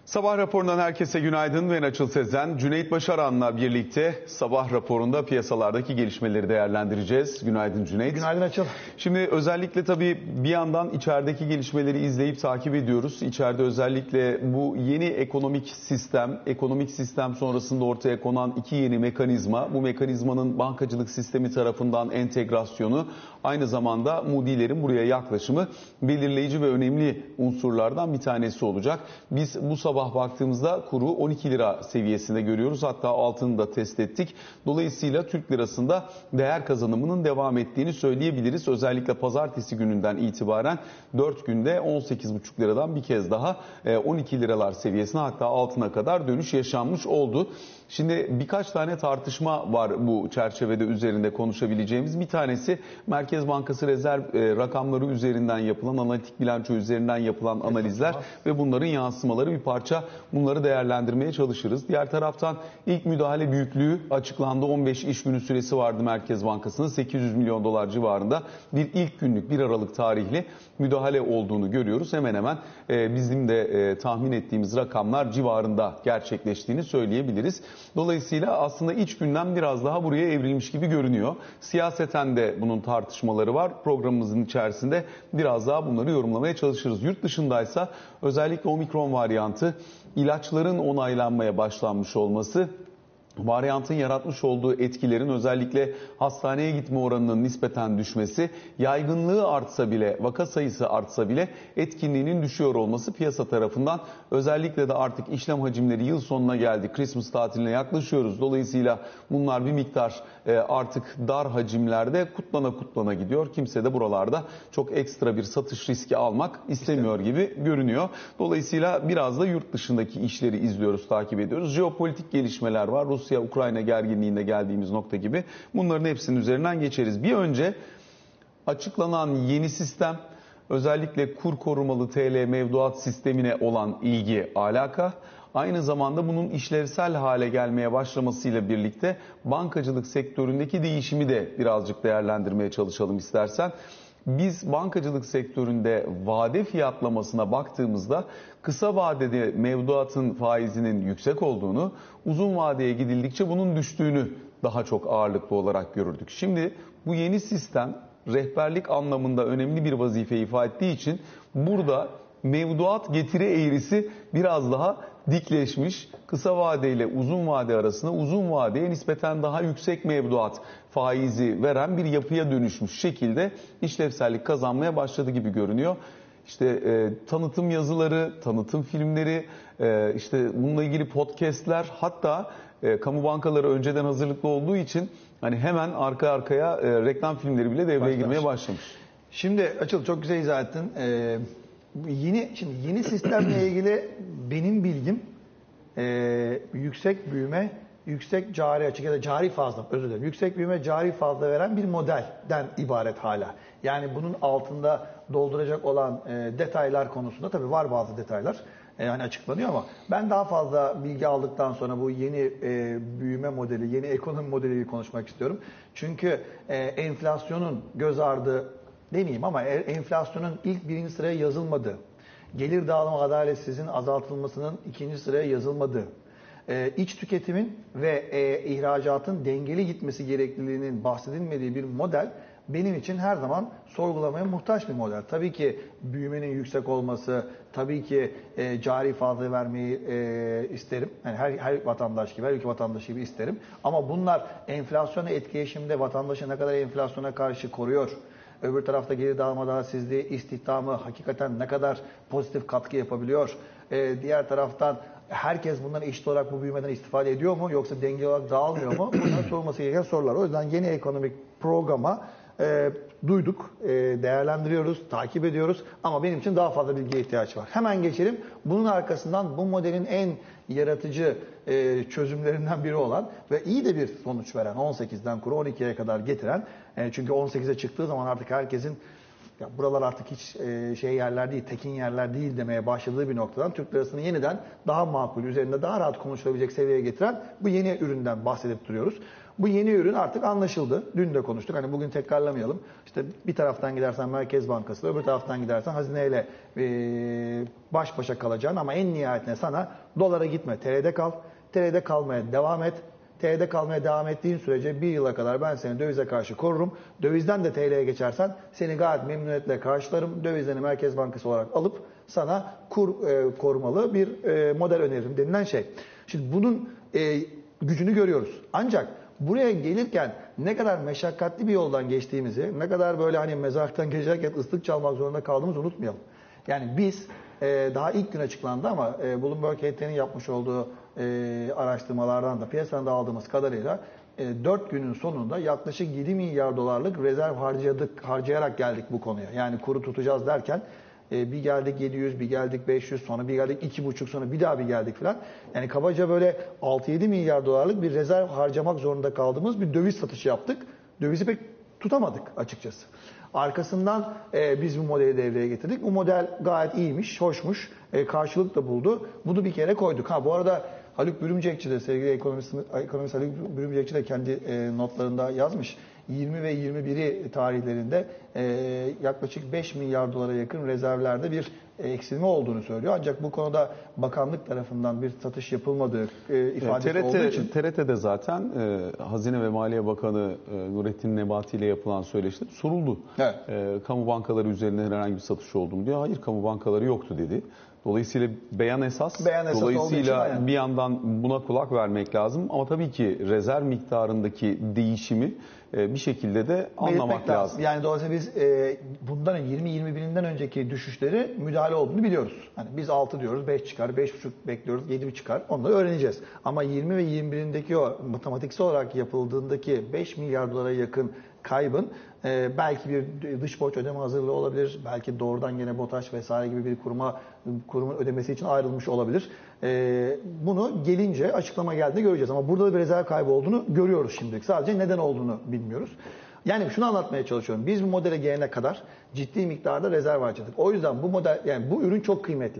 Sabah raporundan herkese günaydın. Ben Açıl Sezen. Cüneyt Başaran'la birlikte sabah raporunda piyasalardaki gelişmeleri değerlendireceğiz. Günaydın Cüneyt. Günaydın Açıl. Şimdi özellikle tabii bir yandan içerideki gelişmeleri izleyip takip ediyoruz. İçeride özellikle bu yeni ekonomik sistem sonrasında ortaya konan iki yeni mekanizma. Bu mekanizmanın bankacılık sistemi tarafından entegrasyonu, aynı zamanda Moody'lerin buraya yaklaşımı belirleyici ve önemli unsurlardan bir tanesi olacak. Biz bu sabah baktığımızda kuru 12 lira seviyesinde görüyoruz. Hatta altını da test ettik. Dolayısıyla Türk lirasında değer kazanımının devam ettiğini söyleyebiliriz. Özellikle pazartesi gününden itibaren 4 günde 18,5 liradan bir kez daha 12 liralar seviyesine, hatta altına kadar dönüş yaşanmış oldu. Şimdi birkaç tane tartışma var bu çerçevede üzerinde konuşabileceğimiz. Bir tanesi Merkez Bankası rezerv rakamları üzerinden yapılan, analitik bilanço üzerinden yapılan analizler ve bunların yansımaları, bir parça bunları değerlendirmeye çalışırız. Diğer taraftan ilk müdahale büyüklüğü açıklandı. 15 iş günü süresi vardı Merkez Bankası'nın. 800 milyon dolar civarında bir ilk günlük 1 Aralık tarihli müdahale olduğunu görüyoruz. Hemen hemen bizim de tahmin ettiğimiz rakamlar civarında gerçekleştiğini söyleyebiliriz. Dolayısıyla aslında iç gündem biraz daha buraya evrilmiş gibi görünüyor. Siyaseten de bunun tartışmaları var. Programımızın içerisinde biraz daha bunları yorumlamaya çalışırız. Yurt dışındaysa özellikle omikron varyantı, ilaçların onaylanmaya başlanmış olması, varyantın yaratmış olduğu etkilerin, özellikle hastaneye gitme oranının nispeten düşmesi, yaygınlığı artsa bile, vaka sayısı artsa bile etkinliğinin düşüyor olması piyasa tarafından, özellikle de artık işlem hacimleri yıl sonuna geldi, Christmas tatiline yaklaşıyoruz. Dolayısıyla bunlar bir miktar artık dar hacimlerde kutlana gidiyor. Kimse de buralarda çok ekstra bir satış riski almak istemiyor gibi görünüyor. Dolayısıyla biraz da yurt dışındaki işleri izliyoruz, takip ediyoruz. Jeopolitik gelişmeler var. Rusya-Ukrayna gerginliğinde geldiğimiz nokta gibi. Bunların hepsinin üzerinden geçeriz. Bir önce açıklanan yeni sistem, özellikle kur korumalı TL mevduat sistemine olan ilgi, alaka, aynı zamanda bunun işlevsel hale gelmeye başlamasıyla birlikte bankacılık sektöründeki değişimi de birazcık değerlendirmeye çalışalım istersen. Biz bankacılık sektöründe vade fiyatlamasına baktığımızda kısa vadede mevduatın faizinin yüksek olduğunu, uzun vadeye gidildikçe bunun düştüğünü daha çok ağırlıklı olarak görürdük. Şimdi bu yeni sistem rehberlik anlamında önemli bir vazife ifade ettiği için burada mevduat getiri eğrisi biraz daha dikleşmiş. Kısa vade ile uzun vade arasında, uzun vadeye nispeten daha yüksek mevduat faizi veren bir yapıya dönüşmüş şekilde işlevsellik kazanmaya başladı gibi görünüyor. İşte tanıtım yazıları, tanıtım filmleri, işte bununla ilgili podcastler, hatta kamu bankaları önceden hazırlıklı olduğu için hani hemen arka arkaya reklam filmleri bile devreye girmeye başlamış. Şimdi Açıl, çok güzel izah ettin. Yeni sistemle ilgili benim bilgim yüksek büyüme, yüksek cari açık ya da cari fazla, özür dilerim. Yüksek büyüme, cari fazla veren bir modelden ibaret hala. Yani bunun altında dolduracak olan detaylar konusunda tabii var bazı detaylar. Yani açıklanıyor ama ben daha fazla bilgi aldıktan sonra bu yeni büyüme modeli, yeni ekonomi modeliyle konuşmak istiyorum. Çünkü enflasyonun göz ardı demeyeyim ama enflasyonun ilk birinci sıraya yazılmadığı, gelir dağılımı adaletsizliğinin azaltılmasının ikinci sıraya yazılmadığı, iç tüketimin ve ihracatın dengeli gitmesi gerekliliğinin bahsedilmediği bir model benim için her zaman sorgulamaya muhtaç bir model. Tabii ki büyümenin yüksek olması, tabii ki cari fazla vermeyi isterim. Yani her vatandaş gibi, her ülke vatandaşı gibi isterim. Ama bunlar enflasyona etkileşimde vatandaşı ne kadar enflasyona karşı koruyor, öbür tarafta gelir dağılma adaletsizliği, istihdamı hakikaten ne kadar pozitif katkı yapabiliyor, diğer taraftan herkes bundan eşit olarak bu büyümeden istifade ediyor mu, yoksa dengeli olarak dağılmıyor mu? Bunlar sorulması gereken sorular. O yüzden yeni ekonomik programa duyduk, değerlendiriyoruz, takip ediyoruz ama benim için daha fazla bilgiye ihtiyaç var. Hemen geçelim. Bunun arkasından bu modelin en yaratıcı çözümlerinden biri olan ve iyi de bir sonuç veren, 18'den kuru 12'ye kadar getiren, çünkü 18'e çıktığı zaman artık herkesin ya buralar artık hiç şey yerler değil, tekin yerler değil demeye başladığı bir noktadan Türk lirasını yeniden daha makul, üzerinde daha rahat konuşulabilecek seviyeye getiren bu yeni üründen bahsedip duruyoruz. Bu yeni ürün artık anlaşıldı. Dün de konuştuk. Hani bugün tekrarlamayalım. İşte bir taraftan gidersen Merkez Bankası, öbür taraftan gidersen hazineyle baş başa kalacaksın ama en nihayetinde sana dolara gitme, TL'de kal. TL'de kalmaya devam et. TL'de kalmaya devam ettiğin sürece bir yıla kadar ben seni dövize karşı korurum. Dövizden de TL'ye geçersen seni gayet memnuniyetle karşılarım. Dövizlerini Merkez Bankası olarak alıp sana kur korumalı bir model öneririm denilen şey. Şimdi bunun gücünü görüyoruz. Ancak buraya gelirken ne kadar meşakkatli bir yoldan geçtiğimizi, ne kadar böyle hani mezarlıktan geçerken ıslık çalmak zorunda kaldığımızı unutmayalım. Yani biz daha ilk gün açıklandı ama Bloomberg HT'nin yapmış olduğu araştırmalardan da piyasadan da aldığımız kadarıyla 4 günün sonunda yaklaşık 7 milyar dolarlık rezerv harcayarak geldik bu konuya. Yani kuru tutacağız derken bir geldik 700, bir geldik 500, sonra bir geldik 2,5, sonra bir daha bir geldik falan. Yani kabaca böyle 6-7 milyar dolarlık bir rezerv harcamak zorunda kaldığımız bir döviz satışı yaptık. Dövizi pek tutamadık açıkçası. Arkasından biz bu modeli devreye getirdik. Bu model gayet iyiymiş, hoşmuş, karşılık da buldu. Bunu bir kere koyduk. Bu arada Haluk Bürümcekçi de, sevgili ekonomist Haluk Bürümcekçi de kendi notlarında yazmış. 20 ve 21'i tarihlerinde yaklaşık 5 milyar dolara yakın rezervlerde bir eksilme olduğunu söylüyor. Ancak bu konuda bakanlık tarafından bir satış yapılmadığı ifadesi olduğu için. TRT'de zaten Hazine ve Maliye Bakanı Nurettin Nebati ile yapılan söyleşide soruldu. Evet. Kamu bankaları üzerinden herhangi bir satış oldu mu diye. Hayır, kamu bankaları yoktu dedi. Dolayısıyla beyan esas. Dolayısıyla bir yandan buna kulak vermek lazım. Ama tabii ki rezerv miktarındaki değişimi bir şekilde de anlamak lazım. Yani dolayısıyla biz bundan 20-21'inden önceki düşüşleri müdahale olduğunu biliyoruz. Hani biz 6 diyoruz, 5 çıkar, 5,5 bekliyoruz, 7 çıkar. Onları öğreneceğiz. Ama 20 ve 21'indeki o matematiksel olarak yapıldığındaki 5 milyar dolara yakın kaybın belki bir dış borç ödeme hazırlığı olabilir. Belki doğrudan gene BOTAŞ vesaire gibi bir kurumun ödemesi için ayrılmış olabilir. Bunu gelince, açıklama geldiğinde göreceğiz. Ama burada da bir rezerv kaybı olduğunu görüyoruz şimdilik. Sadece neden olduğunu bilmiyoruz. Yani şunu anlatmaya çalışıyorum. Biz bu modele gelene kadar ciddi miktarda rezerv harcadık. O yüzden bu model, yani bu ürün çok kıymetli.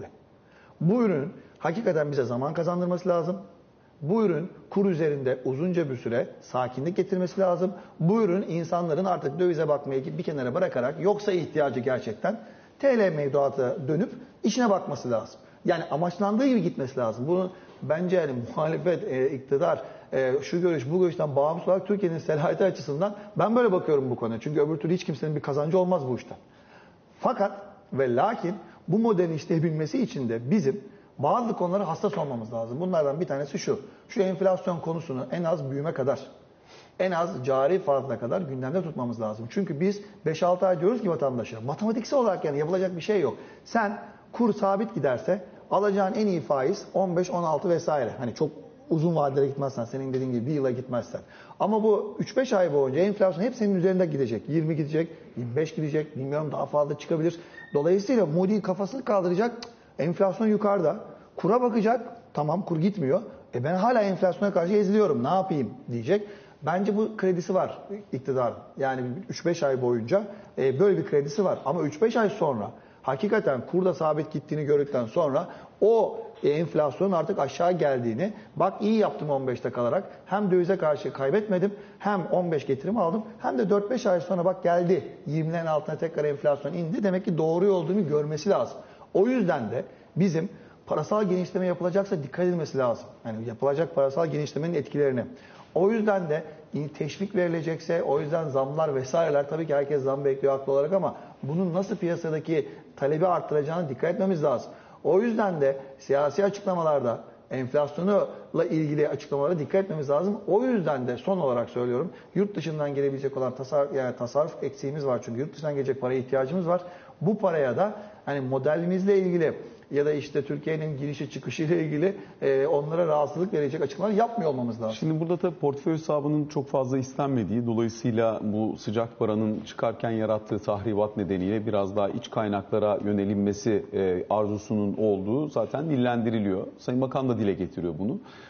Bu ürün hakikaten bize zaman kazandırması lazım. Bu ürün kur üzerinde uzunca bir süre sakinlik getirmesi lazım. Bu ürün insanların artık dövize bakmayı bir kenara bırakarak yoksa ihtiyacı gerçekten TL mevduata dönüp işine bakması lazım. Yani amaçlandığı gibi gitmesi lazım. Bunu bence yani muhalefet, iktidar şu görüş bu görüşten bağımsız olarak Türkiye'nin selahiyeti açısından ben böyle bakıyorum bu konuya. Çünkü öbür türlü hiç kimsenin bir kazancı olmaz bu işten. Fakat ve lakin bu modelin işleyebilmesi için de bizim bazı konulara hassas olmamız lazım. Bunlardan bir tanesi şu. Şu enflasyon konusunu en az büyüme kadar, en az cari fazla kadar gündemde tutmamız lazım. Çünkü biz 5-6 ay diyoruz ki vatandaşa, matematiksel olarak yani yapılacak bir şey yok. Sen kur sabit giderse alacağın en iyi faiz 15, 16 vesaire. Hani çok uzun vadelere gitmezsen, senin dediğin gibi bir yıla gitmezsen. Ama bu 3-5 ay boyunca enflasyon hep senin üzerinde gidecek. 20 gidecek, 25 gidecek, bilmiyorum daha fazla çıkabilir. Dolayısıyla Moody kafasını kaldıracak, enflasyon yukarıda. Kura bakacak, tamam kur gitmiyor. Ben hala enflasyona karşı eziliyorum, ne yapayım diyecek. Bence bu kredisi var iktidar. Yani 3-5 ay boyunca böyle bir kredisi var. Ama 3-5 ay sonra hakikaten kurda sabit gittiğini gördükten sonra o enflasyonun artık aşağı geldiğini, bak iyi yaptım 15'te kalarak, hem dövize karşı kaybetmedim, hem 15 getirim aldım, hem de 4-5 ay sonra bak geldi 20'lerin altına tekrar enflasyon indi. Demek ki doğru olduğunu görmesi lazım. O yüzden de bizim parasal genişleme yapılacaksa dikkat edilmesi lazım. Yani yapılacak parasal genişlemenin etkilerine. O yüzden de teşvik verilecekse, o yüzden zamlar vesaireler, tabii ki herkes zam bekliyor haklı olarak ama bunun nasıl piyasadaki talebi arttıracağına dikkat etmemiz lazım. O yüzden de siyasi açıklamalarda enflasyonla ilgili açıklamalara dikkat etmemiz lazım. O yüzden de son olarak söylüyorum, yurt dışından gelebilecek olan tasarruf eksiğimiz var, çünkü yurt dışından gelecek paraya ihtiyacımız var. Bu paraya da hani modelimizle ilgili ya da işte Türkiye'nin girişi çıkışı ile ilgili onlara rahatsızlık verecek açıklamalar yapmıyor olmamız lazım. Şimdi burada tabii portföy hesabının çok fazla istenmediği, dolayısıyla bu sıcak paranın çıkarken yarattığı tahribat nedeniyle biraz daha iç kaynaklara yönelinmesi arzusunun olduğu zaten dillendiriliyor. Sayın Bakan da dile getiriyor bunu.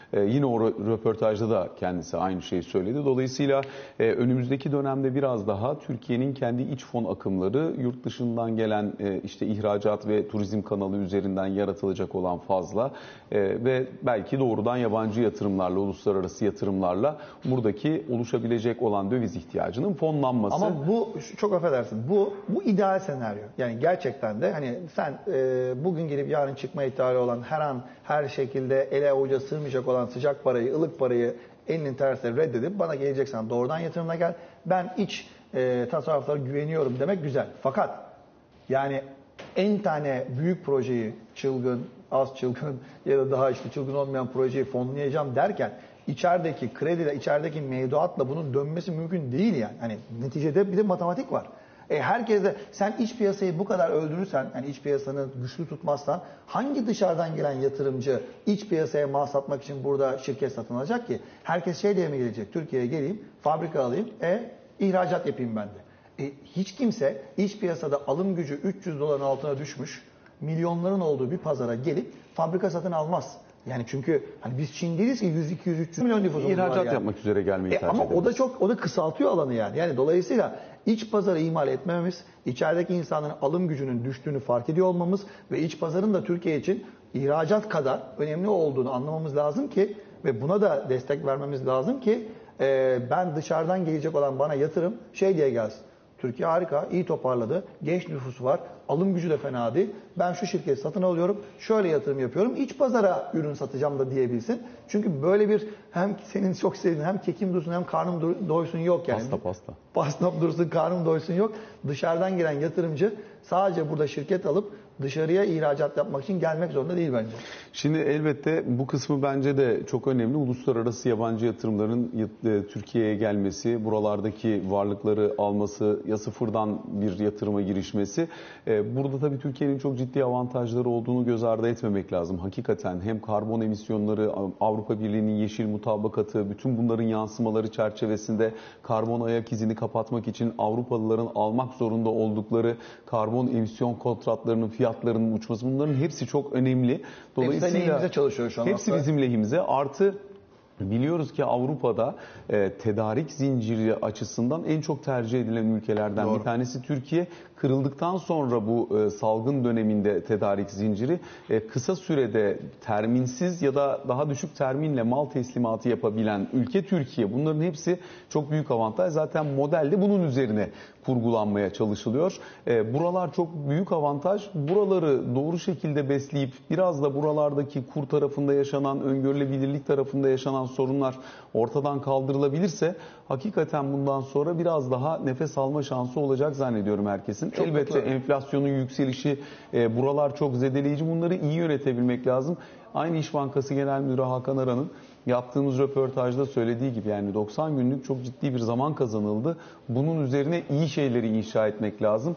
Yine o röportajda da kendisi aynı şeyi söyledi. Dolayısıyla önümüzdeki dönemde biraz daha Türkiye'nin kendi iç fon akımları, yurt dışından gelen işte ihracat ve turizm kanalı üzerinden yaratılacak olan fazla ve belki doğrudan yabancı yatırımlarla, uluslararası yatırımlarla buradaki oluşabilecek olan döviz ihtiyacının fonlanması. Ama bu, çok affedersin, bu ideal senaryo. Yani gerçekten de hani sen bugün gelip yarın çıkma ihtimali olan her şekilde ele avuca sığmayacak olan sıcak parayı, ılık parayı elinin tersiyle reddedip bana geleceksen doğrudan yatırımına gel. Ben iç tasarruflara güveniyorum demek güzel. Fakat yani en tane büyük projeyi çılgın, az çılgın ya da daha işte çılgın olmayan projeyi fonlayacağım derken içerideki krediyle, içerideki mevduatla bunun dönmesi mümkün değil yani. Hani neticede bir de matematik var. Herkes de sen iç piyasayı bu kadar öldürürsen, yani iç piyasanı güçlü tutmazsan hangi dışarıdan gelen yatırımcı iç piyasaya mal satmak için burada şirket satın alacak ki? Herkes şey diye mi gelecek? Türkiye'ye geleyim, fabrika alayım, ihracat yapayım ben de. Hiç kimse iç piyasada alım gücü 300 doların altına düşmüş, milyonların olduğu bir pazara gelip fabrika satın almaz. Yani çünkü hani biz Çin değiliz ki 100, 200, 300 milyon nüfusumuz var İhracat yani. yapmak üzere gelmeyi tercih Ama ederiz. o da kısaltıyor alanı yani. Yani dolayısıyla iç pazarı ihmal etmememiz, içerideki insanların alım gücünün düştüğünü fark ediyor olmamız ve iç pazarın da Türkiye için ihracat kadar önemli olduğunu anlamamız lazım ki ve buna da destek vermemiz lazım ki ben dışarıdan gelecek olan bana yatırım şey diye gelsin. Türkiye harika, iyi toparladı, genç nüfusu var, alım gücü de fena değil. Ben şu şirketi satın alıyorum, şöyle yatırım yapıyorum, iç pazara ürün satacağım da diyebilsin. Çünkü böyle bir hem senin çok sevdiğin hem kekim dursun hem karnım doysun yok yani. Pasta. Pastam dursun, karnım doysun yok. Dışarıdan gelen yatırımcı sadece burada şirket alıp dışarıya ihracat yapmak için gelmek zorunda değil bence. Şimdi elbette bu kısmı bence de çok önemli. Uluslararası yabancı yatırımların Türkiye'ye gelmesi, buralardaki varlıkları alması, ya sıfırdan bir yatırıma girişmesi. Burada tabii Türkiye'nin çok ciddi avantajları olduğunu göz ardı etmemek lazım. Hakikaten hem karbon emisyonları, Avrupa Birliği'nin yeşil mutabakatı, bütün bunların yansımaları çerçevesinde karbon ayak izini kapatmak için Avrupalıların almak zorunda oldukları karbon emisyon kontratlarının fiyatlarının uçması, bunların hepsi çok önemli. Dolayısıyla hepsi lehimize çalışıyor şu an. Hepsi bizim lehimize. Artı biliyoruz ki Avrupa'da tedarik zinciri açısından en çok tercih edilen ülkelerden Doğru. bir tanesi Türkiye. Kırıldıktan sonra bu salgın döneminde tedarik zinciri kısa sürede terminsiz ya da daha düşük terminle mal teslimatı yapabilen ülke Türkiye. Bunların hepsi çok büyük avantaj. Zaten modelde bunun üzerine kurgulanmaya çalışılıyor. Buralar çok büyük avantaj. Buraları doğru şekilde besleyip biraz da buralardaki kur tarafında yaşanan, öngörülebilirlik tarafında yaşanan sorunlar ortadan kaldırılabilirse hakikaten bundan sonra biraz daha nefes alma şansı olacak zannediyorum herkesin. Çok Elbette mutlu. enflasyonun yükselişi, buralar çok zedeleyici. Bunları iyi yönetebilmek lazım. Aynı İş Bankası Genel Müdürü Hakan Aran'ın yaptığımız röportajda söylediği gibi yani 90 günlük çok ciddi bir zaman kazanıldı. Bunun üzerine iyi şeyleri inşa etmek lazım.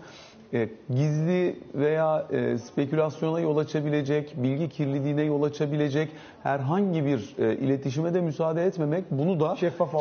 Gizli veya spekülasyona yol açabilecek, bilgi kirliliğine yol açabilecek herhangi bir iletişime de müsaade etmemek, bunu da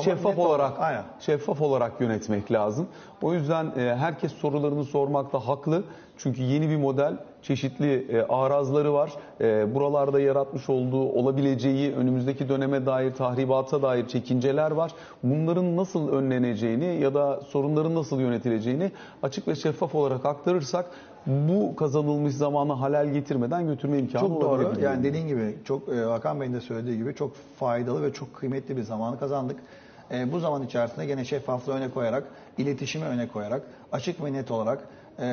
şeffaf olarak yönetmek lazım. O yüzden herkes sorularını sormakta haklı. Çünkü yeni bir model, çeşitli arazları var. Buralarda yaratmış olduğu, olabileceği, önümüzdeki döneme dair, tahribata dair çekinceler var. Bunların nasıl önleneceğini ya da sorunların nasıl yönetileceğini açık ve şeffaf olarak aktarırsak bu kazanılmış zamanı halel getirmeden götürme imkanı çok olabilir. Doğru. Yani dediğin gibi çok Hakan Bey'in de söylediği gibi çok faydalı ve çok kıymetli bir zamanı kazandık. Bu zaman içerisinde gene şeffaflığı öne koyarak, iletişimi öne koyarak, açık ve net olarak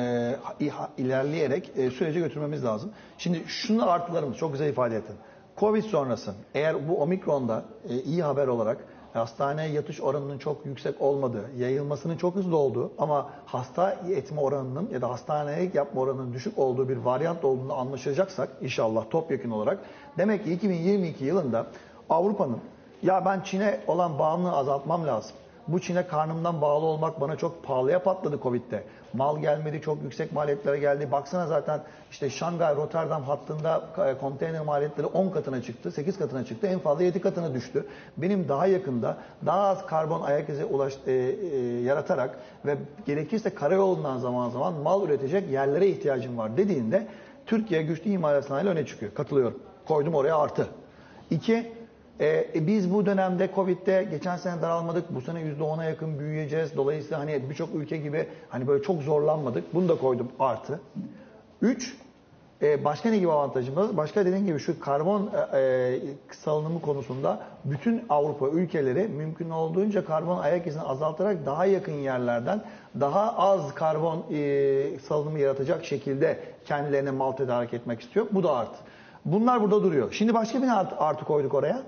ilerleyerek süreci götürmemiz lazım. Şimdi şunun artılarımız çok güzel ifade ettin. Covid sonrası eğer bu omikronda iyi haber olarak hastaneye yatış oranının çok yüksek olmadığı, yayılmasının çok hızlı olduğu ama hasta etme oranının ya da hastaneye yapma oranının düşük olduğu bir varyant olduğunu anlaşacaksak inşallah topyekun olarak demek ki 2022 yılında Avrupa'nın ya ben Çin'e olan bağımlılığı azaltmam lazım. Bu Çin'e karnımdan bağlı olmak bana çok pahalıya patladı Covid'de. Mal gelmedi, çok yüksek maliyetlere geldi. Baksana zaten işte Şangay Rotterdam hattında konteyner maliyetleri 10 katına çıktı, 8 katına çıktı. En fazla 7 katına düştü. Benim daha yakında daha az karbon ayak izi yaratarak ve gerekirse karayolundan zaman zaman mal üretecek yerlere ihtiyacım var dediğinde Türkiye güçlü imalat sanayiyle öne çıkıyor. Katılıyorum. Koydum oraya artı. 2, Biz bu dönemde Covid'de geçen sene daralmadık. Bu sene %10'a yakın büyüyeceğiz. Dolayısıyla hani birçok ülke gibi hani böyle çok zorlanmadık. Bunu da koydum artı. 3. Başka ne gibi avantajımız? Başka dediğim gibi şu karbon salınımı konusunda bütün Avrupa ülkeleri mümkün olduğunca karbon ayak izini azaltarak daha yakın yerlerden daha az karbon salınımı yaratacak şekilde kendilerine mal tedarik etmek istiyor. Bu da artı. Bunlar burada duruyor. Şimdi başka bir artı koyduk oraya.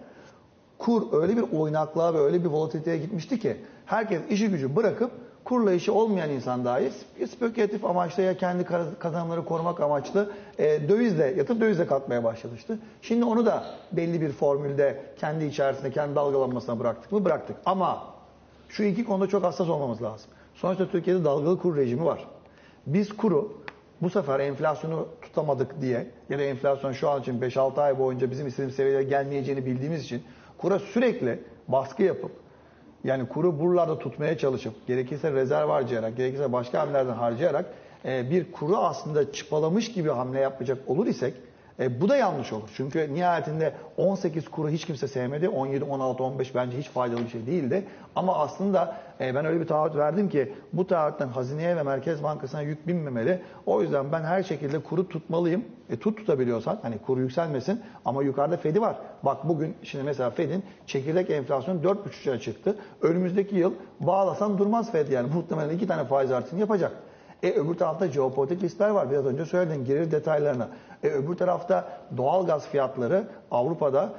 Kur öyle bir oynaklığa ve öyle bir volatiliteye gitmişti ki herkes işi gücü bırakıp kurla işi olmayan insan dahi spekülatif amaçlı ya kendi kazanımları korumak amaçlı dövizle yatıp dövizle katmaya başlamıştı. Şimdi onu da belli bir formülde kendi içerisinde kendi dalgalanmasına bıraktık mı? Bıraktık. Ama şu iki konuda çok hassas olmamız lazım. Sonuçta Türkiye'de dalgalı kur rejimi var. Biz kuru bu sefer enflasyonu tutamadık diye ya da enflasyon şu an için 5-6 ay boyunca bizim istediğimiz seviyelere gelmeyeceğini bildiğimiz için kura sürekli baskı yapıp yani kuru buralarda tutmaya çalışıp gerekirse rezerv harcayarak, gerekirse başka hamlelerden harcayarak bir kuru aslında çıpalamış gibi hamle yapacak olur isek bu da yanlış olur. Çünkü nihayetinde 18 kuru hiç kimse sevmedi. 17, 16, 15 bence hiç faydalı bir şey değildi. Ama aslında ben öyle bir taahhüt verdim ki bu taahhütten hazineye ve Merkez Bankası'na yük binmemeli. O yüzden ben her şekilde kuru tutmalıyım. Tutabiliyorsan hani kuru yükselmesin ama yukarıda Fed'i var. Bak bugün şimdi mesela Fed'in çekirdek enflasyonu 4,5'a çıktı. Önümüzdeki yıl bağlasan durmaz Fed yani. Muhtemelen 2 tane faiz artışını yapacak. Öbür tarafta jeopolitik riskler var. Biraz önce söyledin girir detaylarına. Öbür tarafta doğal gaz fiyatları Avrupa'da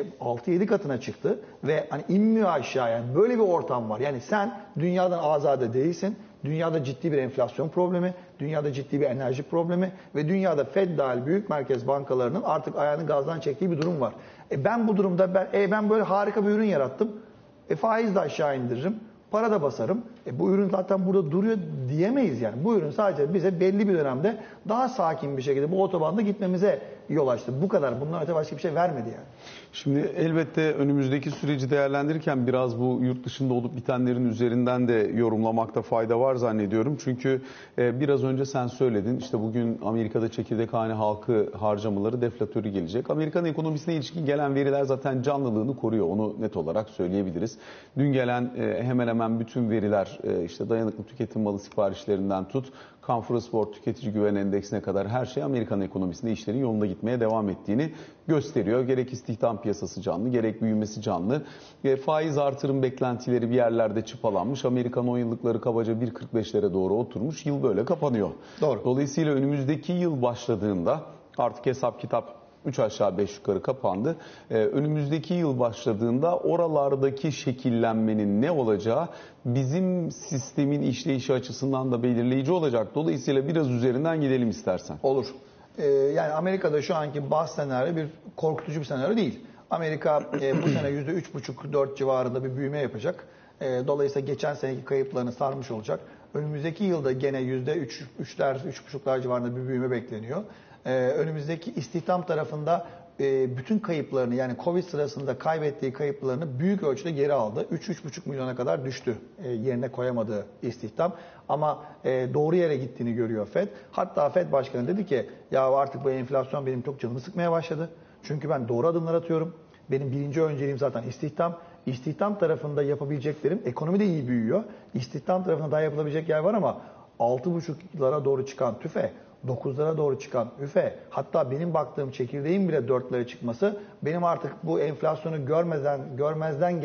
6-7 katına çıktı ve hani inmiyor aşağı yani böyle bir ortam var. Yani sen dünyadan azade değilsin. Dünyada ciddi bir enflasyon problemi, dünyada ciddi bir enerji problemi ve dünyada Fed dahil büyük merkez bankalarının artık ayağını gazdan çektiği bir durum var. Ben bu durumda ben böyle harika bir ürün yarattım. Faiz de aşağı indiririm. Para da basarım. Bu ürün zaten burada duruyor diyemeyiz yani. Bu ürün sadece bize belli bir dönemde daha sakin bir şekilde bu otobanda gitmemize yol açtı. Bu kadar. Bundan öte başka bir şey vermedi yani. Şimdi elbette önümüzdeki süreci değerlendirirken biraz bu yurt dışında olup bitenlerin üzerinden de yorumlamakta fayda var zannediyorum. Çünkü biraz önce sen söyledin işte bugün Amerika'da çekirdekhane halkı harcamaları deflatörü gelecek. Amerikan ekonomisine ilişkin gelen veriler zaten canlılığını koruyor. Onu net olarak söyleyebiliriz. Dün gelen hemen hemen bütün veriler işte dayanıklı tüketim malı siparişlerinden tut, Conference Tüketici Güven Endeksine kadar her şey Amerikan ekonomisinde işlerin yolunda gitmeye devam ettiğini gösteriyor. Gerek istihdam piyasası canlı, gerek büyümesi canlı. Faiz artırım beklentileri bir yerlerde çıpalanmış. Amerikan 10 yıllıkları kabaca 1.45'lere doğru oturmuş. Yıl böyle kapanıyor. Doğru. Dolayısıyla önümüzdeki yıl başladığında artık hesap kitap 3 aşağı 5 yukarı kapandı. Önümüzdeki yıl başladığında oralardaki şekillenmenin ne olacağı bizim sistemin işleyişi açısından da belirleyici olacak. Dolayısıyla biraz üzerinden gidelim istersen. Olur. Yani Amerika'da şu anki baz senaryo bir korkutucu bir senaryo değil. Amerika bu sene %3,5-4 civarında bir büyüme yapacak. Dolayısıyla geçen seneki kayıplarını sarmış olacak. Önümüzdeki yılda gene %3'ler, 3,5'lar civarında bir büyüme bekleniyor. Önümüzdeki istihdam tarafında bütün kayıplarını yani Covid sırasında kaybettiği kayıplarını büyük ölçüde geri aldı. 3-3,5 milyona kadar düştü yerine koyamadığı istihdam. Ama doğru yere gittiğini görüyor Fed. Hatta Fed Başkanı dedi ki ya artık bu enflasyon benim çok canımı sıkmaya başladı. Çünkü ben doğru adımlar atıyorum. Benim birinci önceliğim zaten istihdam. İstihdam tarafında yapabileceklerim, ekonomi de iyi büyüyor. İstihdam tarafında daha yapılabilecek yer var ama 6,5'lara doğru çıkan tüfe, 9'lara doğru çıkan üfe, hatta benim baktığım çekirdeğin bile 4'lere çıkması benim artık bu enflasyonu görmezden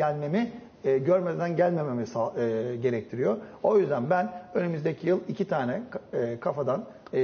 gelmememi gerektiriyor. O yüzden ben önümüzdeki yıl 2 tane kafadan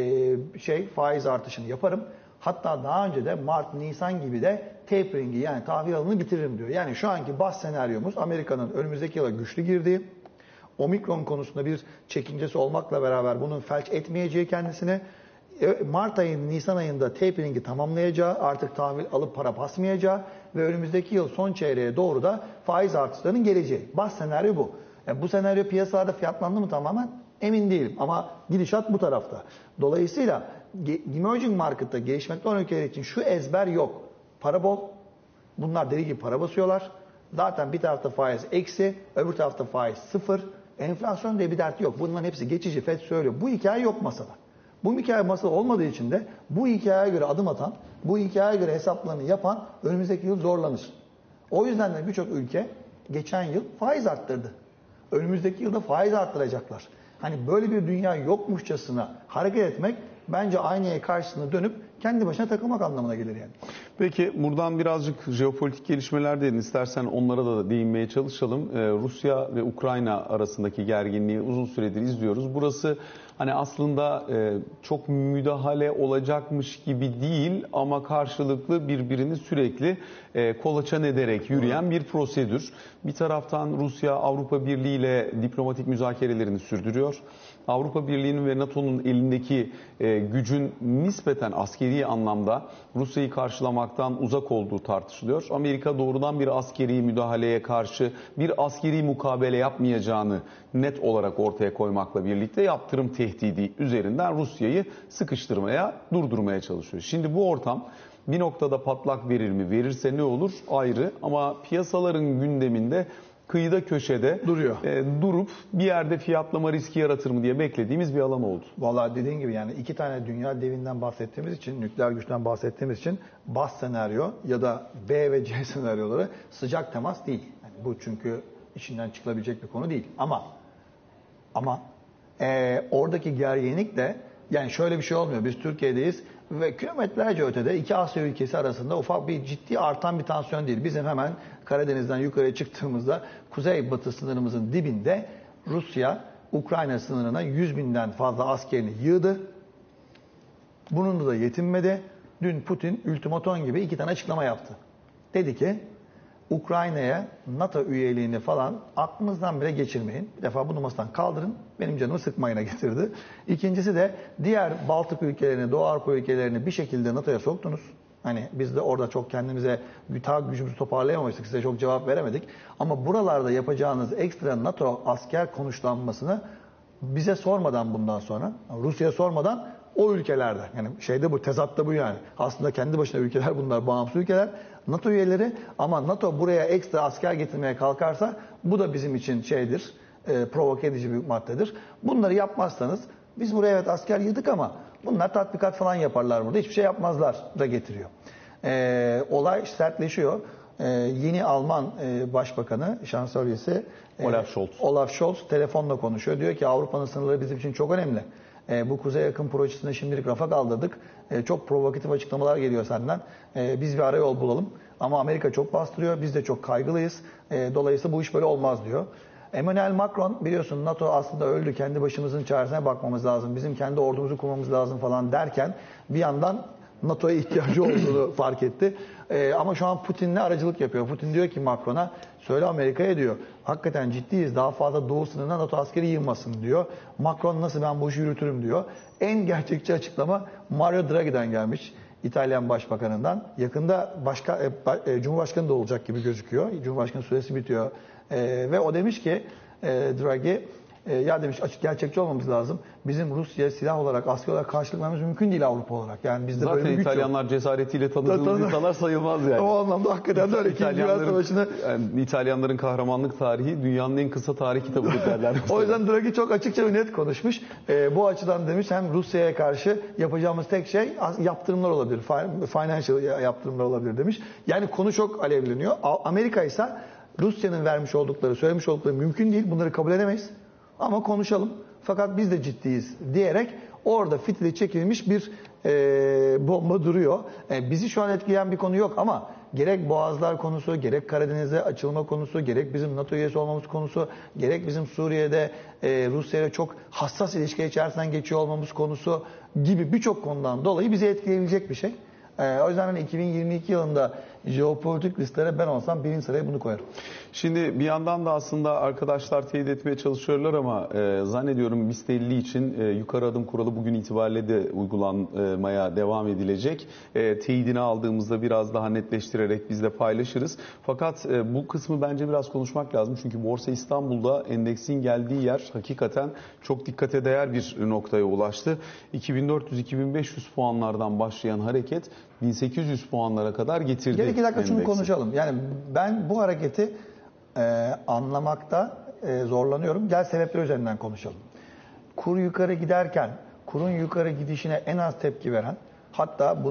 faiz artışını yaparım. Hatta daha önce de Mart, Nisan gibi de tapering'i yani tahvil alımını bitiririm diyor. Yani şu anki baz senaryomuz Amerika'nın önümüzdeki yıla güçlü girdiği, Omikron konusunda bir çekincesi olmakla beraber bunun felç etmeyeceği kendisine, Mart ayının, Nisan ayında tapering'i tamamlayacağı, artık tahvil alıp para basmayacağı ve önümüzdeki yıl son çeyreğe doğru da faiz artışlarının geleceği. Baz senaryo bu. Yani bu senaryo piyasalarda fiyatlandı mı tamamen? Emin değilim ama gidişat bu tarafta. Dolayısıyla emerging market'ta gelişmekte olan ülkeler için şu ezber yok. Para bol. Bunlar deli gibi para basıyorlar. Zaten bir tarafta faiz eksi, öbür tarafta faiz 0. Enflasyon diye bir dert yok. Bunların hepsi geçici. FED söylüyor. Bu hikaye yok masada. Bu hikaye masada olmadığı için de bu hikayeye göre adım atan, bu hikayeye göre hesaplarını yapan önümüzdeki yıl zorlanır. O yüzden de birçok ülke geçen yıl faiz arttırdı. Önümüzdeki yılda faiz arttıracaklar. Hani böyle bir dünya yokmuşçasına hareket etmek bence aynaya karşısına dönüp kendi başına takılmak anlamına gelir yani. Peki buradan birazcık jeopolitik gelişmeler dedin. İstersen onlara da değinmeye çalışalım. Rusya ve Ukrayna arasındaki gerginliği uzun süredir izliyoruz. Burası hani aslında çok müdahale olacakmış gibi değil ama karşılıklı birbirini sürekli kolaçan ederek yürüyen bir prosedür. Bir taraftan Rusya Avrupa Birliği ile diplomatik müzakerelerini sürdürüyor. Avrupa Birliği'nin ve NATO'nun elindeki gücün nispeten askeri anlamda Rusya'yı karşılamaktan uzak olduğu tartışılıyor. Amerika doğrudan bir askeri müdahaleye karşı bir askeri mukabele yapmayacağını net olarak ortaya koymakla birlikte yaptırım tehdidi üzerinden Rusya'yı sıkıştırmaya, durdurmaya çalışıyor. Şimdi bu ortam bir noktada patlak verir mi? Verirse ne olur? Ayrı, ama piyasaların gündeminde kıyıda köşede durup bir yerde fiyatlama riski yaratır mı diye beklediğimiz bir alan oldu. Vallahi dediğin gibi yani iki tane dünya devinden bahsettiğimiz için, nükleer güçten bahsettiğimiz için bas senaryo ya da B ve C senaryoları sıcak temas değil. Yani bu çünkü içinden çıkılabilecek bir konu değil. Ama oradaki gerginlik de yani şöyle bir şey olmuyor. Biz Türkiye'deyiz ve kilometrelerce ötede iki Asya ülkesi arasında ufak bir ciddi artan bir tansiyon değil. Bizim hemen Karadeniz'den yukarıya çıktığımızda kuzeybatı sınırımızın dibinde Rusya Ukrayna sınırına 100 binden fazla askerini yığdı. Bununla da yetinmedi. Dün Putin ultimaton gibi 2 tane açıklama yaptı. Dedi ki Ukrayna'ya NATO üyeliğini falan aklınızdan bile geçirmeyin. Bir defa bu numarasından kaldırın. Benim canımı sıkmayına getirdi. İkincisi de diğer Baltık ülkelerini, Doğu Avrupa ülkelerini bir şekilde NATO'ya soktunuz. Hani biz de orada çok kendimize gücümüzü toparlayamamıştık. Size çok cevap veremedik. Ama buralarda yapacağınız ekstra NATO asker konuşlanmasını bize sormadan bundan sonra, Rusya'ya sormadan o ülkelerde, yani şeyde bu, tezatta bu yani. Aslında kendi başına ülkeler bunlar, bağımsız ülkeler. NATO üyeleri, ama NATO buraya ekstra asker getirmeye kalkarsa bu da bizim için şeydir, provoke edici bir maddedir. Bunları yapmazsanız biz buraya evet asker yığdık ama bunlar tatbikat falan yaparlar burada, hiçbir şey yapmazlar da getiriyor. Olay sertleşiyor. Yeni Alman Başbakanı, şansölyesi Olaf Scholz telefonla konuşuyor. Diyor ki Avrupa'nın sınırları bizim için çok önemli. Bu Kuzey Yakın projesine şimdilik rafa kaldırdık. Çok provokatif açıklamalar geliyor senden. Biz bir arayol bulalım. Ama Amerika çok bastırıyor. Biz de çok kaygılıyız. Dolayısıyla bu iş böyle olmaz diyor. Emmanuel Macron, biliyorsun NATO aslında öldü. Kendi başımızın çaresine bakmamız lazım. Bizim kendi ordumuzu kurmamız lazım falan derken bir yandan NATO'ya ihtiyacı olduğunu fark etti. Ama şu an Putin'le aracılık yapıyor. Putin diyor ki Macron'a, söyle Amerika'ya diyor. Hakikaten ciddiyiz. Daha fazla doğu sınırına NATO askeri yığılmasın diyor. Macron nasıl ben bu işi yürütürüm diyor. En gerçekçi açıklama Mario Draghi'den gelmiş. İtalyan Başbakanı'ndan. Yakında Cumhurbaşkanı da olacak gibi gözüküyor. Cumhurbaşkanı süresi bitiyor. Ve o demiş ki Draghi, ya demiş açık gerçekçi olmamız lazım. Bizim Rusya'ya silah olarak, asker olarak karşılık vermemiz mümkün değil Avrupa olarak. Yani bizde zaten böyle bir İtalyanlar cesaretiyle tanıdığımız insanlar sayılmaz yani. O anlamda hakikaten de öyle. İtalyanların kahramanlık tarihi dünyanın en kısa tarih kitabıdır derler. O yüzden Draghi çok açıkça ve net konuşmuş. Bu açıdan demiş hem Rusya'ya karşı yapacağımız tek şey yaptırımlar olabilir. Financial yaptırımlar olabilir demiş. Yani konu çok alevleniyor. Amerika ise Rusya'nın vermiş oldukları, söylemiş oldukları mümkün değil. Bunları kabul edemeyiz. Ama konuşalım. Fakat biz de ciddiyiz diyerek orada fitili çekilmiş bir bomba duruyor. Bizi şu an etkileyen bir konu yok ama gerek Boğazlar konusu, gerek Karadeniz'e açılma konusu, gerek bizim NATO üyesi olmamız konusu, gerek bizim Suriye'de Rusya'ya çok hassas ilişki içerisinden geçiyor olmamız konusu gibi birçok konudan dolayı bizi etkileyebilecek bir şey. O yüzden hani 2022 yılında jeopolitik risklere ben olsam birinci sıraya bunu koyarım. Şimdi bir yandan da aslında arkadaşlar teyit etmeye çalışıyorlar ama zannediyorum BIST 50 için yukarı adım kuralı bugün itibariyle de uygulanmaya devam edilecek. Teyidini aldığımızda biraz daha netleştirerek biz de paylaşırız. Fakat bu kısmı bence biraz konuşmak lazım. Çünkü Borsa İstanbul'da endeksin geldiği yer hakikaten çok dikkate değer bir noktaya ulaştı. 2400-2500 puanlardan başlayan hareket 1800 puanlara kadar getirdi. Gel 2 dakika şunu endeksi konuşalım. Yani ben bu hareketi anlamakta zorlanıyorum. Gel sebepler üzerinden konuşalım. Kur yukarı giderken kurun yukarı gidişine en az tepki veren, hatta bunu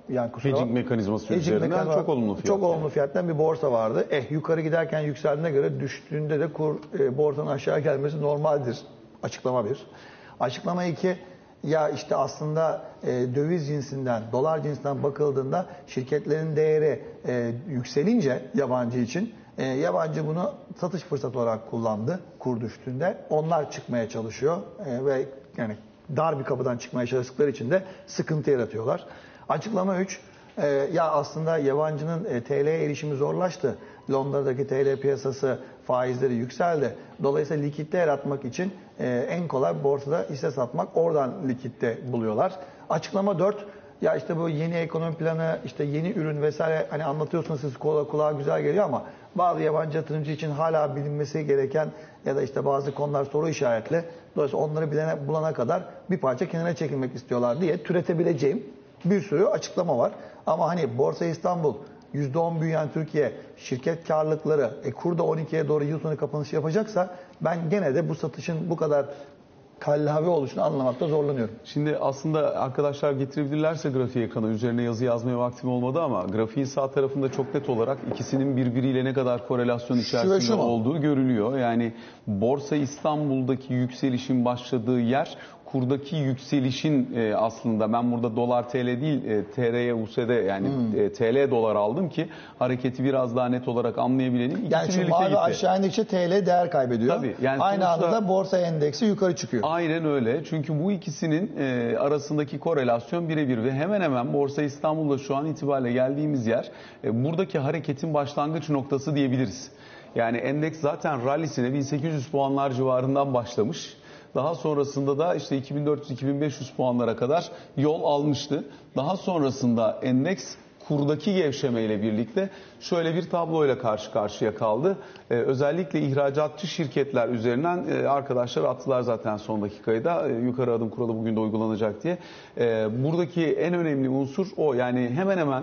Yani hedging mekanizması üzerinden çok olumlu fiyat. Çok olumlu fiyattan bir borsa vardı. Yukarı giderken yükseldiğine göre düştüğünde de kur borsanın aşağı gelmesi normaldir. Açıklama 1. Açıklama 2. Ya işte aslında döviz cinsinden, dolar cinsinden bakıldığında şirketlerin değeri yükselince yabancı için yabancı bunu satış fırsatı olarak kullandı kur düştüğünde. Onlar çıkmaya çalışıyor ve yani dar bir kapıdan çıkmaya çalıştıkları için de sıkıntı yaratıyorlar. Açıklama 3. Ya aslında yabancının TL'ye erişimi zorlaştı. Londra'daki TL piyasası faizleri yükseldi. Dolayısıyla likitte yaratmak için en kolay borsada hisse satmak. Oradan likitte buluyorlar. Açıklama 4. Ya işte bu yeni ekonomi planı, işte yeni ürün vesaire hani anlatıyorsunuz siz kulağa güzel geliyor ama bazı yabancı yatırımcı için hala bilinmesi gereken ya da işte bazı konular soru işaretli. Dolayısıyla onları bulana kadar bir parça kenara çekilmek istiyorlar diye türetebileceğim bir sürü açıklama var. Ama hani Borsa İstanbul %10 büyüyen Türkiye şirket karlılıkları kur da 12'ye doğru yıl sonu kapanışı yapacaksa ben gene de bu satışın bu kadar kallavi oluşunu anlamakta zorlanıyorum. Şimdi aslında arkadaşlar getirebilirlerse grafiği ekrana, üzerine yazı yazmaya vaktim olmadı ama grafiğin sağ tarafında çok net olarak ikisinin birbiriyle ne kadar korelasyon içerisinde olduğu görülüyor. Yani Borsa İstanbul'daki yükselişin başladığı yer kurdaki yükselişin aslında ben burada dolar TL değil TR'ye USD yani TL dolar aldım ki hareketi biraz daha net olarak anlayabilelim. Yani şu mavi aşağı indikçe TL değer kaybediyor. Tabii, yani aynı anda da borsa endeksi yukarı çıkıyor. Aynen öyle. Çünkü bu ikisinin arasındaki korelasyon birebir ve hemen hemen Borsa İstanbul'da şu an itibariyle geldiğimiz yer buradaki hareketin başlangıç noktası diyebiliriz. Yani endeks zaten rallisine 1800 puanlar civarından başlamış. Daha sonrasında da işte 2400-2500 puanlara kadar yol almıştı. Daha sonrasında endeks kurdaki gevşemeyle birlikte şöyle bir tabloyla karşı karşıya kaldı. Özellikle ihracatçı şirketler üzerinden arkadaşlar attılar zaten son dakikayı da yukarı adım kuralı bugün de uygulanacak diye. Buradaki en önemli unsur o. Yani hemen hemen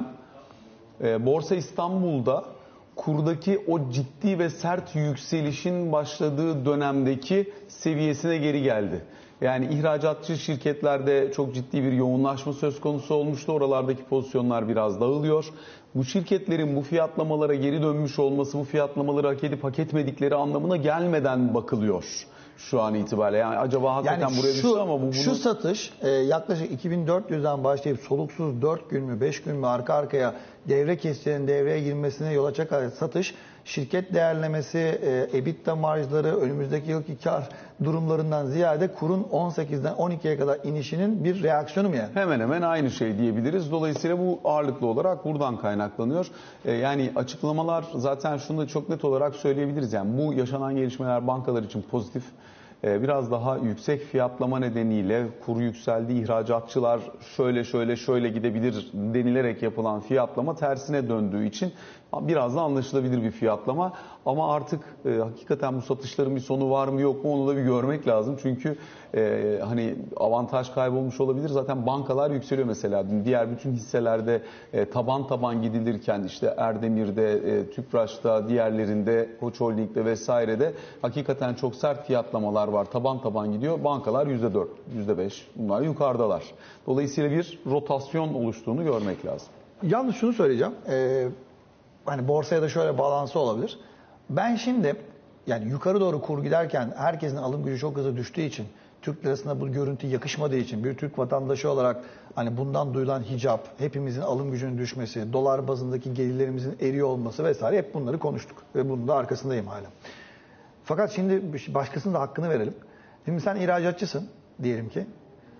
Borsa İstanbul'da kurdaki o ciddi ve sert yükselişin başladığı dönemdeki seviyesine geri geldi. Yani ihracatçı şirketlerde çok ciddi bir yoğunlaşma söz konusu olmuştu. Oralardaki pozisyonlar biraz dağılıyor. Bu şirketlerin bu fiyatlamalara geri dönmüş olması, bu fiyatlamaları hak edip hak etmedikleri anlamına gelmeden bakılıyor şu an itibariyle. Yani acaba hakikaten buraya düştü ama bu şu satış yaklaşık 2400'den başlayıp soluksuz 4 gün mü 5 gün mü arka arkaya devre kesicilerin devreye girmesine yol açacak satış şirket değerlemesi, EBITDA marjları, önümüzdeki yılki kar durumlarından ziyade kurun 18'den 12'ye kadar inişinin bir reaksiyonu mu yani? Hemen hemen aynı şey diyebiliriz. Dolayısıyla bu ağırlıklı olarak buradan kaynaklanıyor. Yani açıklamalar zaten şunu da çok net olarak söyleyebiliriz. Yani bu yaşanan gelişmeler bankalar için pozitif. Biraz daha yüksek fiyatlama nedeniyle kuru yükseldi, ihracatçılar şöyle gidebilir denilerek yapılan fiyatlama tersine döndüğü için biraz da anlaşılabilir bir fiyatlama. Ama artık hakikaten bu satışların bir sonu var mı yok mu onu da bir görmek lazım. Çünkü hani avantaj kaybolmuş olabilir. Zaten bankalar yükseliyor mesela. Diğer bütün hisselerde taban gidilirken işte Erdemir'de, Tüpraş'ta, diğerlerinde, Koç Holding'de vesairede hakikaten çok sert fiyatlamalar var. Taban gidiyor. Bankalar %4, %5 bunlar yukarıdalar. Dolayısıyla bir rotasyon oluştuğunu görmek lazım. Yalnız şunu söyleyeceğim. Hani borsaya da şöyle balansı olabilir. Ben şimdi yani yukarı doğru kur giderken herkesin alım gücü çok hızlı düştüğü için Türk lirasına bu görüntü yakışmadığı için bir Türk vatandaşı olarak hani bundan duyulan hicap, hepimizin alım gücünün düşmesi, dolar bazındaki gelirlerimizin eriyor olması vesaire hep bunları konuştuk ve bunun da arkasındayım hala. Fakat şimdi başkasının da hakkını verelim. Şimdi sen ihracatçısın diyelim ki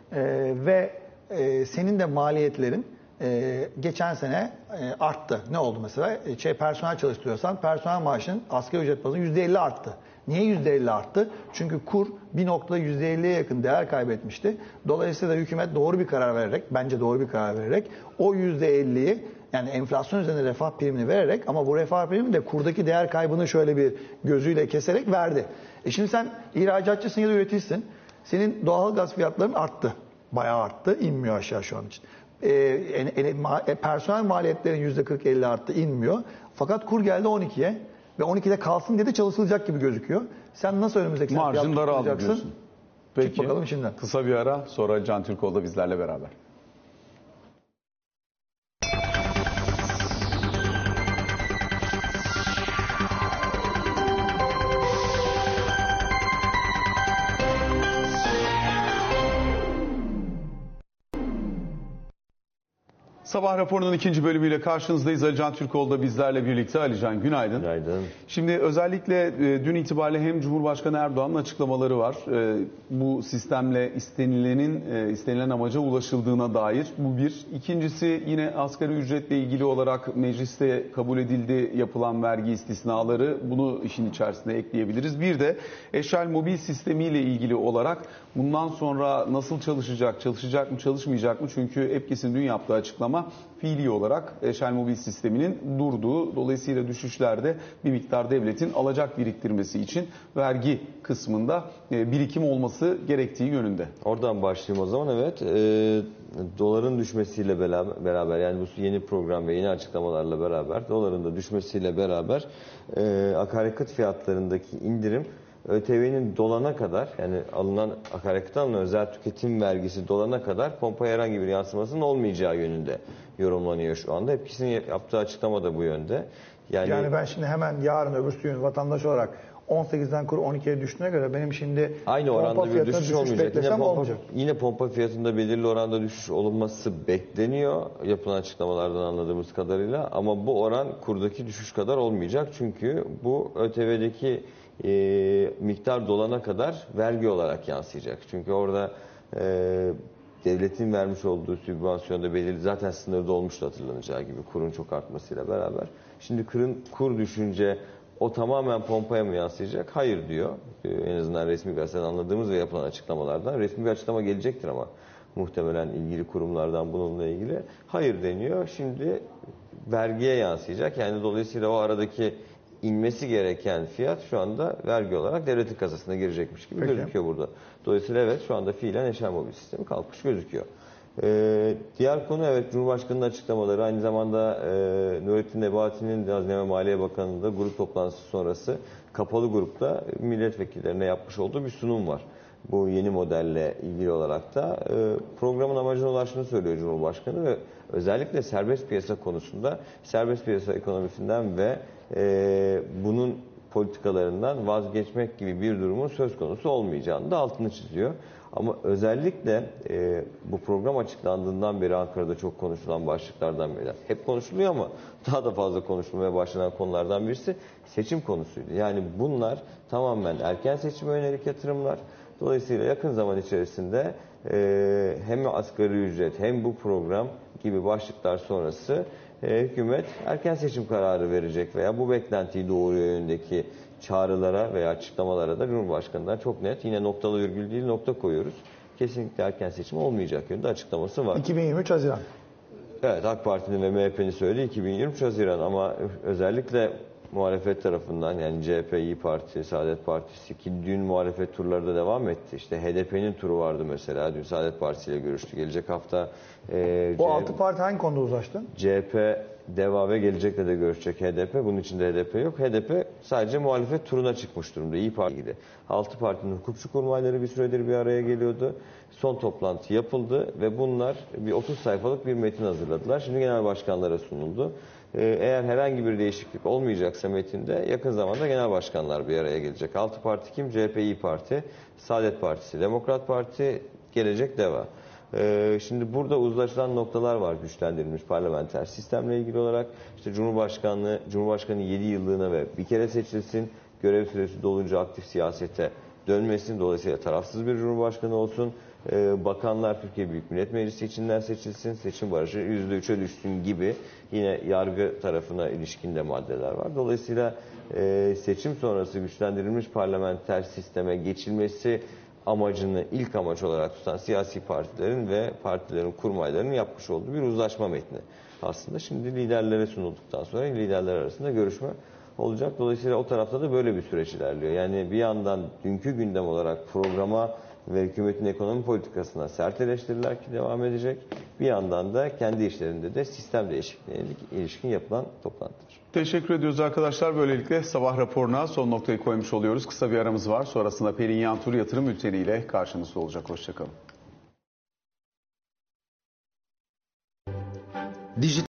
ve senin de maliyetlerin geçen sene arttı. Ne oldu mesela? Personel çalıştırıyorsan personel maaşın asgari ücret bazında %50 arttı. Niye %50 arttı? Çünkü kur bir noktada %50'ye yakın değer kaybetmişti. Dolayısıyla hükümet doğru bir karar vererek, bence doğru bir karar vererek o %50'yi yani enflasyon üzerine refah primini vererek ama bu refah primi de kurdaki değer kaybını şöyle bir gözüyle keserek verdi. Şimdi sen ihracatçısın ya da üreticisin. Senin doğalgaz fiyatların arttı. Bayağı arttı. İnmiyor aşağı şu an için. Personel maliyetlerin %40-50 arttı. İnmiyor. Fakat kur geldi 12'ye. Ve 12'de kalsın diye de çalışılacak gibi gözüküyor. Sen nasıl önümüzdeki sene marjın daraldı diyorsun. Peki. Çık bakalım içinden. Kısa bir ara sonra Can Türkoğlu da bizlerle beraber. Sabah raporunun ikinci bölümüyle karşınızdayız. Alican Türkoğlu da bizlerle birlikte. Alican günaydın. Günaydın. Şimdi özellikle dün itibariyle hem Cumhurbaşkanı Erdoğan'ın açıklamaları var. Bu sistemle istenilen amaca ulaşıldığına dair. Bu bir. İkincisi yine asgari ücretle ilgili olarak mecliste kabul edildi yapılan vergi istisnaları. Bunu işin içerisine ekleyebiliriz. Bir de Eşel Mobil sistemiyle ilgili olarak bundan sonra nasıl çalışacak mı, çalışmayacak mı? Çünkü EPKİS'in dün yaptığı açıklama fiili olarak Eşel Mobil sisteminin durduğu, dolayısıyla düşüşlerde bir miktar devletin alacak biriktirmesi için vergi kısmında birikim olması gerektiği yönünde. Oradan başlayayım o zaman. Evet, doların düşmesiyle beraber yani bu yeni program ve yeni açıklamalarla beraber doların da düşmesiyle beraber akaryakıt fiyatlarındaki indirim ÖTV'nin dolana kadar, yani akaryakıta alınan özel tüketim vergisi dolana kadar pompaya herhangi bir yansımasının olmayacağı yönünde yorumlanıyor şu anda. EPKİS'in yaptığı açıklama da bu yönde. Yani ben şimdi hemen yarın öbürsü gün vatandaş olarak 18'den kur 12'ye düştüğüne göre benim şimdi aynı oranda bir düşüş olmayacak. olmayacak. Yine pompa fiyatında belirli oranda düşüş olunması bekleniyor yapılan açıklamalardan anladığımız kadarıyla, ama bu oran kurdaki düşüş kadar olmayacak. Çünkü bu ÖTV'deki miktar dolana kadar vergi olarak yansıyacak. Çünkü orada devletin vermiş olduğu sübvansiyonda belirli zaten sınırda olmuştu, hatırlanacağı gibi kurun çok artmasıyla beraber. Şimdi kur düşünce o tamamen pompaya mı yansıyacak? Hayır diyor. En azından resmi gazeteden anladığımız ve yapılan açıklamalardan. Resmi bir açıklama gelecektir ama muhtemelen ilgili kurumlardan bununla ilgili. Hayır deniyor. Şimdi vergiye yansıyacak. Yani dolayısıyla o aradaki inmesi gereken fiyat şu anda vergi olarak devletin kasasına girecekmiş gibi gözüküyor burada. Dolayısıyla evet, şu anda fiilen Eşel Mobil sistemi kalkmış gözüküyor. Diğer konu, evet, Cumhurbaşkanı'nın açıklamaları, aynı zamanda Nurettin Nebati'nin Hazine ve Maliye Bakanı'nda grup toplantısı sonrası kapalı grupta milletvekillerine yapmış olduğu bir sunum var. Bu yeni modelle ilgili olarak da programın amacına ulaştığını söylüyor Cumhurbaşkanı ve özellikle serbest piyasa konusunda serbest piyasa ekonomisinden ve bunun politikalarından vazgeçmek gibi bir durumun söz konusu olmayacağını da altını çiziyor. Ama özellikle bu program açıklandığından beri Ankara'da çok konuşulan başlıklardan biri. Hep konuşuluyor ama daha da fazla konuşulmaya başlanan konulardan birisi seçim konusuydu. Yani bunlar tamamen erken seçime yönelik yatırımlar. Dolayısıyla yakın zaman içerisinde hem asgari ücret hem bu program gibi başlıklar sonrası hükümet erken seçim kararı verecek veya bu beklentiyi doğuruyor yönündeki çağrılara veya açıklamalara da Cumhurbaşkanı'ndan çok net, yine noktalı virgül değil nokta koyuyoruz, kesinlikle erken seçim olmayacak yönünde açıklaması var. 2023 Haziran. Evet, AK Parti'nin ve MHP'nin söylediği 2023 Haziran, ama özellikle muhalefet tarafından, yani CHP, İYİ Parti, Saadet Partisi, ki dün muhalefet turları da devam etti. İşte HDP'nin turu vardı mesela. Dün Saadet Partisi ile görüştü. Gelecek hafta bu 6 parti hangi konuda uzlaştı? CHP, DEVA ve Gelecek'le de görüşecek HDP. Bunun içinde HDP yok. HDP sadece muhalefet turuna çıkmış durumda. İYİ Parti gibi. 6 partinin hukukçu kurmayları bir süredir bir araya geliyordu. Son toplantı yapıldı ve bunlar bir 30 sayfalık bir metin hazırladılar. Şimdi genel başkanlara sunuldu. Eğer herhangi bir değişiklik olmayacaksa metinde, yakın zamanda genel başkanlar bir araya gelecek. 6 parti kim? CHP, İYİ Parti, Saadet Partisi, Demokrat Parti, Gelecek, DEVA. Şimdi burada uzlaşılan noktalar var güçlendirilmiş parlamenter sistemle ilgili olarak. İşte Cumhurbaşkanı 7 yıllığına ve bir kere seçilsin, görev süresi dolunca aktif siyasete dönmesin, dolayısıyla tarafsız bir Cumhurbaşkanı olsun. Bakanlar Türkiye Büyük Millet Meclisi içinden seçilsin, seçim barajı %3'e düşsün gibi yine yargı tarafına ilişkin de maddeler var. Dolayısıyla seçim sonrası güçlendirilmiş parlamenter sisteme geçilmesi amacını ilk amaç olarak tutan siyasi partilerin ve partilerin kurmaylarının yapmış olduğu bir uzlaşma metni. Aslında şimdi liderlere sunulduktan sonra liderler arasında görüşme olacak. Dolayısıyla o tarafta da böyle bir süreç ilerliyor. Yani bir yandan dünkü gündem olarak programa ve hükümetin ekonomi politikasına sert eleştiriler ki devam edecek. Bir yandan da kendi işlerinde de sistem değişikliğine ilişkin yapılan toplantılar. Teşekkür ediyoruz arkadaşlar. Böylelikle sabah raporuna son noktayı koymuş oluyoruz. Kısa bir aramız var. Sonrasında Pelin Yantur yatırım bülteniyle karşınızda olacak. Hoşçakalın.